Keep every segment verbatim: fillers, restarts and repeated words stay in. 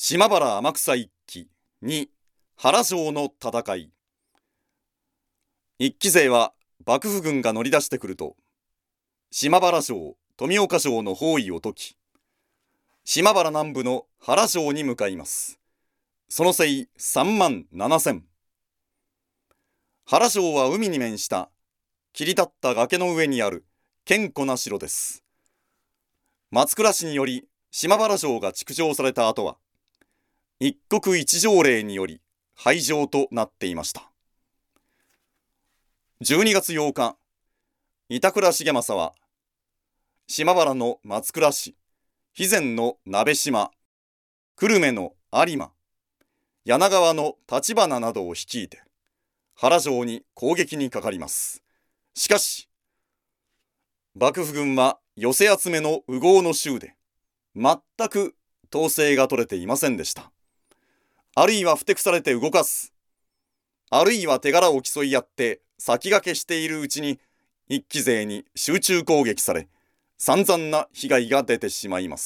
島原天草一揆に原城の戦い。一揆勢は幕府軍が乗り出してくると、島原城、富岡城の包囲を解き、島原南部の原城に向かいます。その勢さんまんななせん。原城は海に面した切り立った崖の上にある堅固な城です。松倉氏により島原城が築城された後は、一国一条例により廃城となっていました。じゅうにがつようか、板倉重政は島原の松倉氏、肥前の鍋島、久留米の有馬、柳川の立花などを率いて原城に攻撃にかかります。しかし幕府軍は寄せ集めの烏合の衆で全く統制が取れていませんでした。あるいはふてくされて動かす、あるいは手柄を競い合って先駆けしているうちに一揆勢に集中攻撃され、散々な被害が出てしまいます。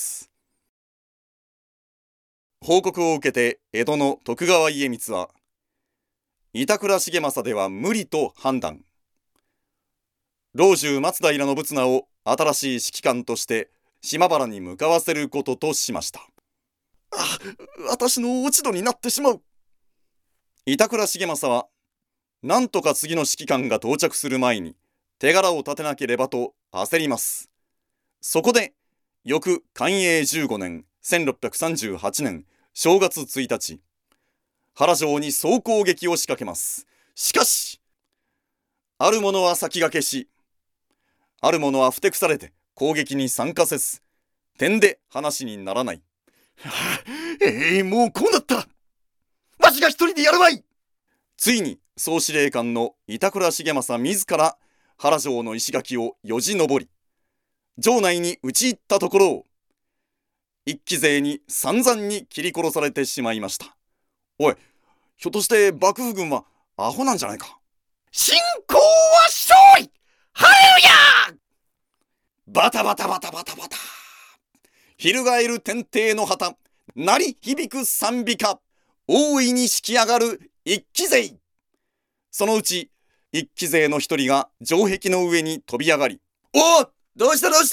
報告を受けて江戸の徳川家光は、板倉重政では無理と判断。老中松平信綱を新しい指揮官として島原に向かわせることとしました。あ、私の落ち度になってしまう。板倉重政は、なんとか次の指揮官が到着する前に手柄を立てなければと焦ります。そこで、翌寛永じゅうごねん、せんろっぴゃくさんじゅうはちねん正月ついたち、原城に総攻撃を仕掛けます。しかし、ある者は先駆けし、ある者はふてくされて攻撃に参加せず、点で話にならない。はあ、ええー、もうこうなった。わしが一人でやるわい。ついに総司令官の板倉重政自ら原城の石垣をよじ登り、城内に討ち入ったところを一揆勢に散々に切り殺されてしまいました。おい、ひょっとして幕府軍はアホなんじゃないか。 信仰は勝利、ハレルヤ。 バタバタバタバタバタ、翻る天帝の旗、鳴り響く賛美歌、大いに引き上がる一揆勢。そのうち一揆勢の一人が城壁の上に飛び上がり、おお、どうしたどうした。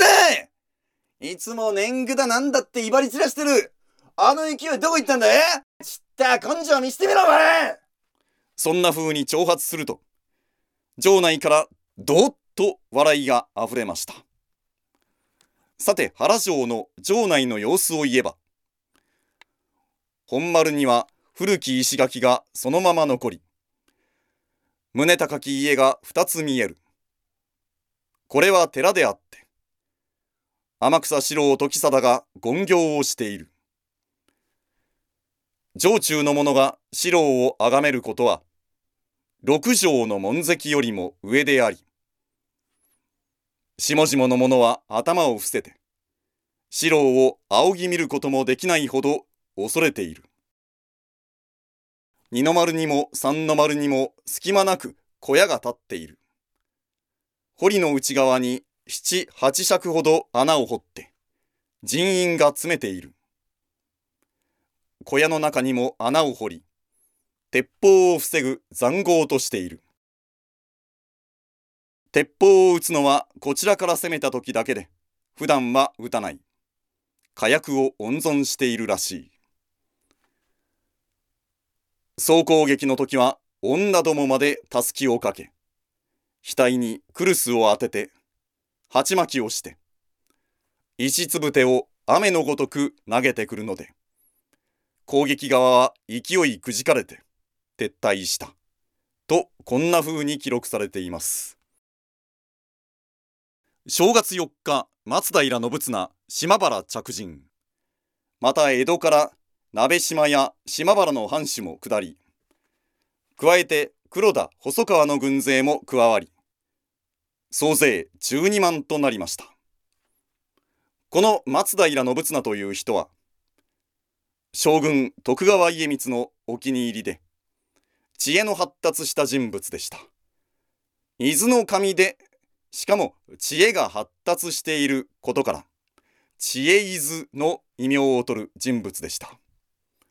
いつも年貢だなんだって威張り散らしてるあの勢いどこ行ったんだい。ちった根性見せてみろお前。そんな風に挑発すると、城内からどっと笑いがあふれました。さて原城の城内の様子を言えば、本丸には古き石垣がそのまま残り、棟高き家が二つ見える。これは寺であって、天草四郎時貞が勤行をしている。城中の者が四郎を崇めることは、六条の門跡よりも上であり、下々の者は頭を伏せて、四郎を仰ぎ見ることもできないほど恐れている。二の丸にも三の丸にも隙間なく小屋が立っている。堀の内側に七八尺ほど穴を掘って人員が詰めている。小屋の中にも穴を掘り、鉄砲を防ぐ塹壕としている。鉄砲を撃つのはこちらから攻めた時だけで、普段は撃たない。火薬を温存しているらしい。総攻撃の時は女どもまでたすきをかけ、額にクルスを当てて、鉢巻きをして、石つぶてを雨のごとく投げてくるので、攻撃側は勢いくじかれて撤退した。と、こんな風に記録されています。正月よっか、松平信綱、島原着陣。また江戸から鍋島や島原の藩主も下り、加えて黒田細川の軍勢も加わり、総勢じゅうにまんとなりました。この松平信綱という人は、将軍徳川家光のお気に入りで、知恵の発達した人物でした。伊豆の神で、しかも知恵が発達していることから、知恵伊豆の異名を取る人物でした。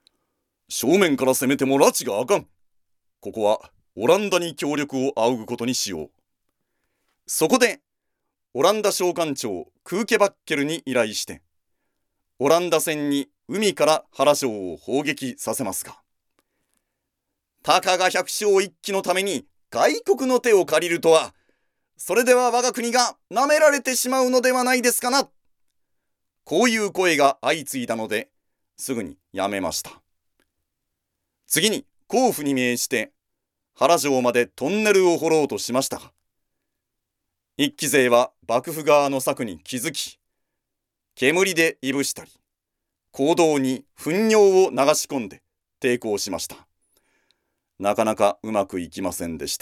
正面から攻めても拉致があかん。ここはオランダに協力を仰ぐことにしよう。そこでオランダ商館長クーケバッケルに依頼して、オランダ船に海から原城を砲撃させますが、たかが百姓一揆のために外国の手を借りるとは、それでは我が国が舐められてしまうのではないですかな。こういう声が相次いだので、すぐにやめました。次に甲府に命じて原城までトンネルを掘ろうとしましたが、一揆勢は幕府側の策に気づき、煙でいぶしたり、坑道に糞尿を流し込んで抵抗しました。なかなかうまくいきませんでした。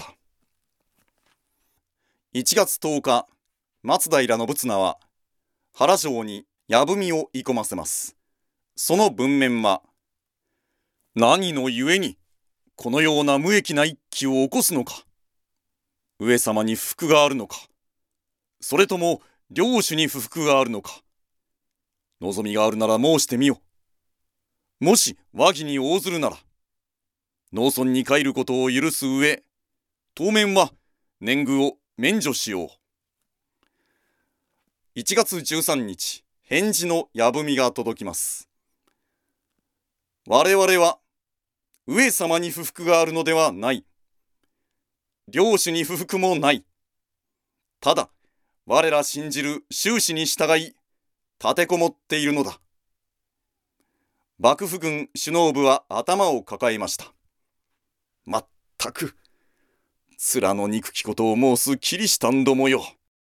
いちがつとおか、松平信綱は原城に矢文を射込ませます。その文面は、何のゆえにこのような無益な一揆を起こすのか。上様に不服があるのか、それとも領主に不服があるのか。望みがあるなら申してみよ。もし和議に応ずるなら、農村に帰ることを許す上、当面は年貢を免除しよう。いちがつじゅうさんにち、返事の矢文が届きます。我々は上様に不服があるのではない。領主に不服もない。ただ我ら信じる宗旨に従い立てこもっているのだ。幕府軍首脳部は頭を抱えました。まったく面の憎きことを申すキリシタンどもよ。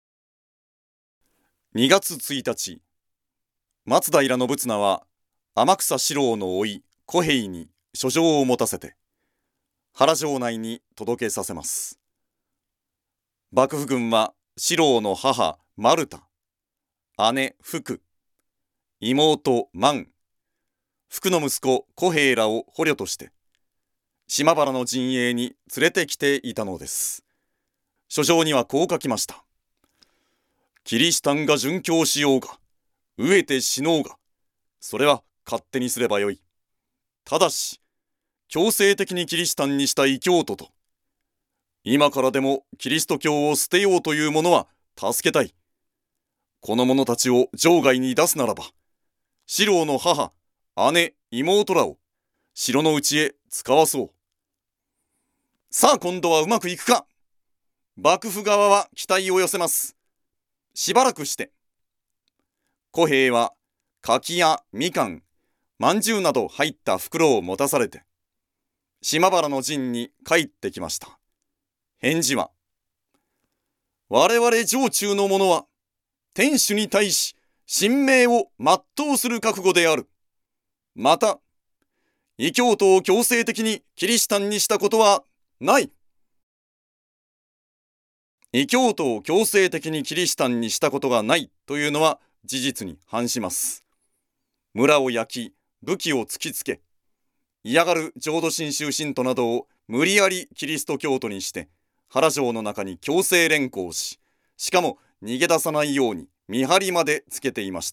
にがつついたち、松平信綱は天草四郎の甥小平に書状を持たせて原城内に届けさせます。幕府軍は四郎の母マルタ、姉福、妹万、福の息子小平らを捕虜として島原の陣営に連れてきていたのです。書状にはこう書きました。キリシタンが殉教しようが、飢えて死のうが、それは勝手にすればよい。ただし強制的にキリシタンにした異教徒と、今からでもキリスト教を捨てようという者は助けたい。この者たちを場外に出すならば、四郎の母、姉、妹らを城の内へ使わそう。さあ今度はうまくいくか。幕府側は期待を寄せます。しばらくして小平は柿やみかん、まんじゅうなど入った袋を持たされて島原の陣に帰ってきました。返事は、我々城中の者は天主に対し神明を全うする覚悟である。また異教徒を強制的にキリシタンにしたことはない。異教徒を強制的にキリシタンにしたことがないというのは事実に反します。村を焼き武器を突きつけ、嫌がる浄土真宗信徒などを無理やりキリスト教徒にして原城の中に強制連行し、しかも逃げ出さないように見張りまでつけていました。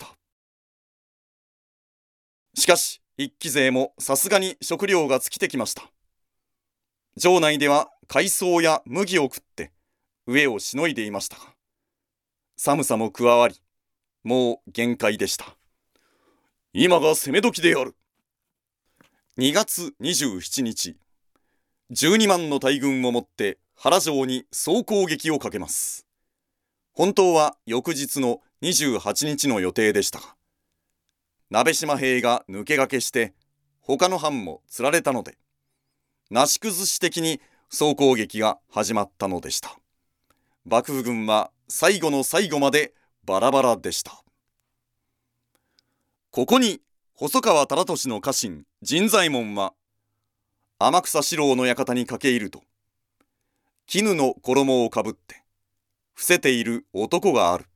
しかし一揆勢もさすがに食料が尽きてきました。城内では海藻や麦を食って飢えをしのいでいましたが、寒さも加わり、もう限界でした。今が攻め時である。にがつにじゅうしちにち、じゅうにまんの大軍をもって原城に総攻撃をかけます。本当は翌日のにじゅうはちにちの予定でしたが、鍋島兵が抜け駆けして他の藩もつられたので、なし崩し的に総攻撃が始まったのでした。幕府軍は最後の最後までバラバラでした。ここに細川忠俊の家臣陣左衛門は天草四郎の館に駆け入ると、絹の衣をかぶって伏せている男がある。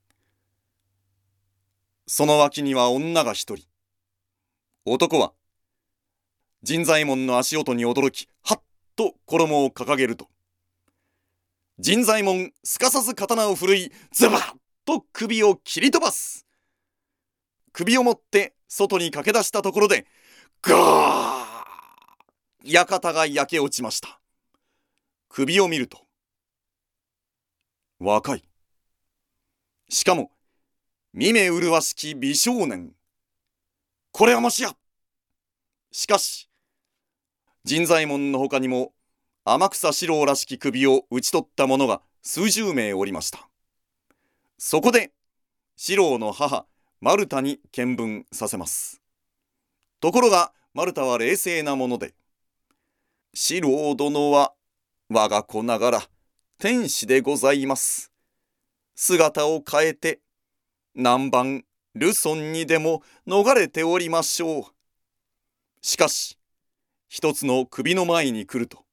その脇には女が一人。男は陣左衛門の足音に驚き、はっと衣を掲げると、陣左衛門すかさず刀を振るい、ズバッと首を切り飛ばす。首を持って外に駆け出したところで、ガー館が焼け落ちました。首を見ると、若い。しかも、見目麗しき美少年。これはもしや。しかし、神左衛門の他にも、天草四郎らしき首を討ち取った者が数十名おりました。そこで、四郎の母、マルタに見聞させます。ところが、マルタは冷静なもので、四郎殿は、我が子ながら、天使でございます。姿を変えて、南蛮、ルソンにでも逃れておりましょう。しかし、一つの首の前に来ると、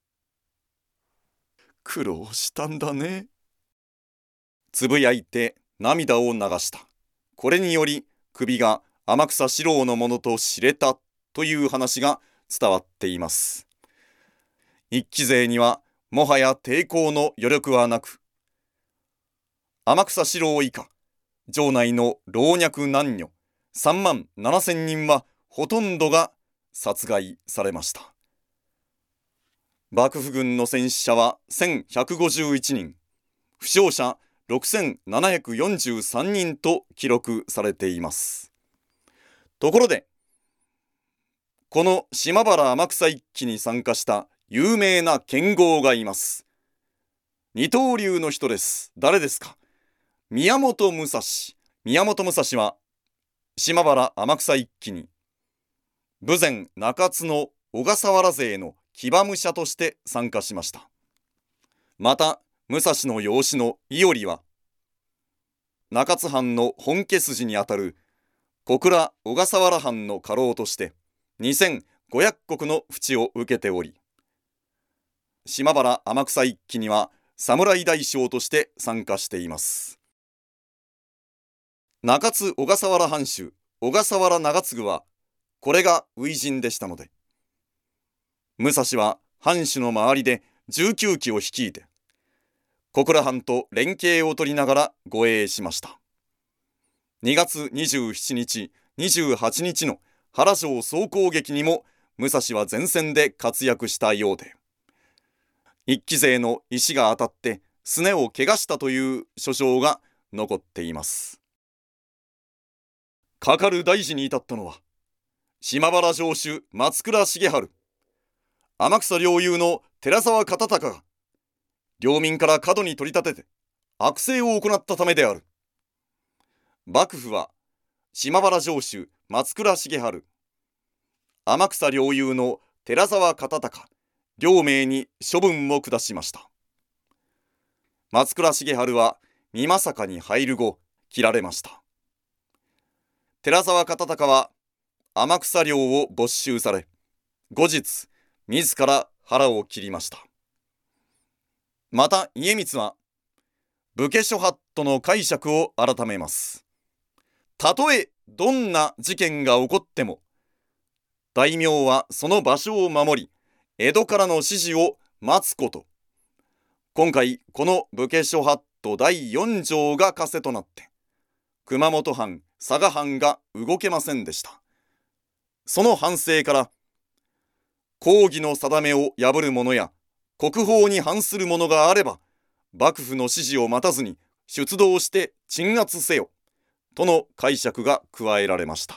苦労したんだね。つぶやいて涙を流した。これにより首が天草四郎のものと知れたという話が伝わっています。一揆勢にはもはや抵抗の余力はなく、天草四郎以下、城内の老若男女さんまんななせんにんはほとんどが殺害されました。幕府軍の戦死者はせんひゃくごじゅういちにん、負傷者ろくせんななひゃくよんじゅうさんにんと記録されています。ところで、この島原天草一揆に参加した有名な剣豪がいます。二刀流の人です。誰ですか？宮本武蔵。宮本武蔵は島原天草一揆に豊前中津の小笠原勢の騎馬武者として参加しました。また武蔵の養子の伊織は中津藩の本家筋にあたる小倉小笠原藩の家老としてにせんごひゃくこくの扶持を受けており、島原天草一揆には侍大将として参加しています。中津小笠原藩主小笠原長次はこれが初陣でしたので、武蔵は藩主の周りでじゅうきゅうきを率いて小倉藩と連携を取りながら護衛しました。にがつにじゅうしちにち、にじゅうはちにちの原城総攻撃にも武蔵は前線で活躍したようで、一揆勢の石が当たってすねを怪我したという書状が残っています。かかる大事に至ったのは島原城主松倉重治、天草領有の寺沢片高が領民から過度に取り立てて悪政を行ったためである。幕府は島原城主松倉重治、天草領有の寺沢片高両名に処分を下しました。松倉重治は美作に入る後切られました。寺沢片高は天草領を没収され、後日自ら腹を切りました。また家光は武家諸法度の解釈を改めます。たとえどんな事件が起こっても、大名はその場所を守り、江戸からの指示を待つこと。今回この武家諸法度だいよんじょうが枷となって、熊本藩、佐賀藩が動けませんでした。その反省から、公儀の定めを破る者や国法に反する者があれば、幕府の指示を待たずに出動して鎮圧せよとの解釈が加えられました。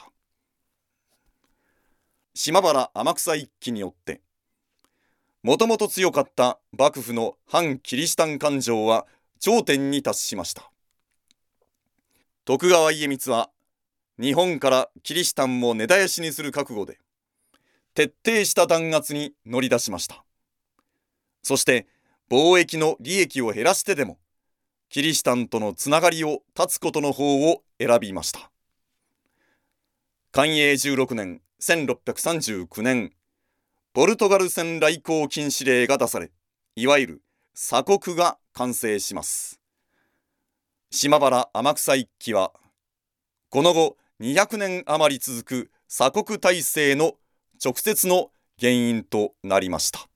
島原天草一揆によってもともと強かった幕府の反キリシタン感情は頂点に達しました。徳川家光は日本からキリシタンも根絶やしにする覚悟で徹底した弾圧に乗り出しました。そして貿易の利益を減らしてでもキリシタンとのつながりを断つことの方を選びました。寛永じゅうろくねんせんろっぴゃくさんじゅうきゅうねん、ポルトガル船来航禁止令が出され、いわゆる鎖国が完成します。島原天草一揆はこの後にひゃくねん余り続く鎖国体制の直接の原因となりました。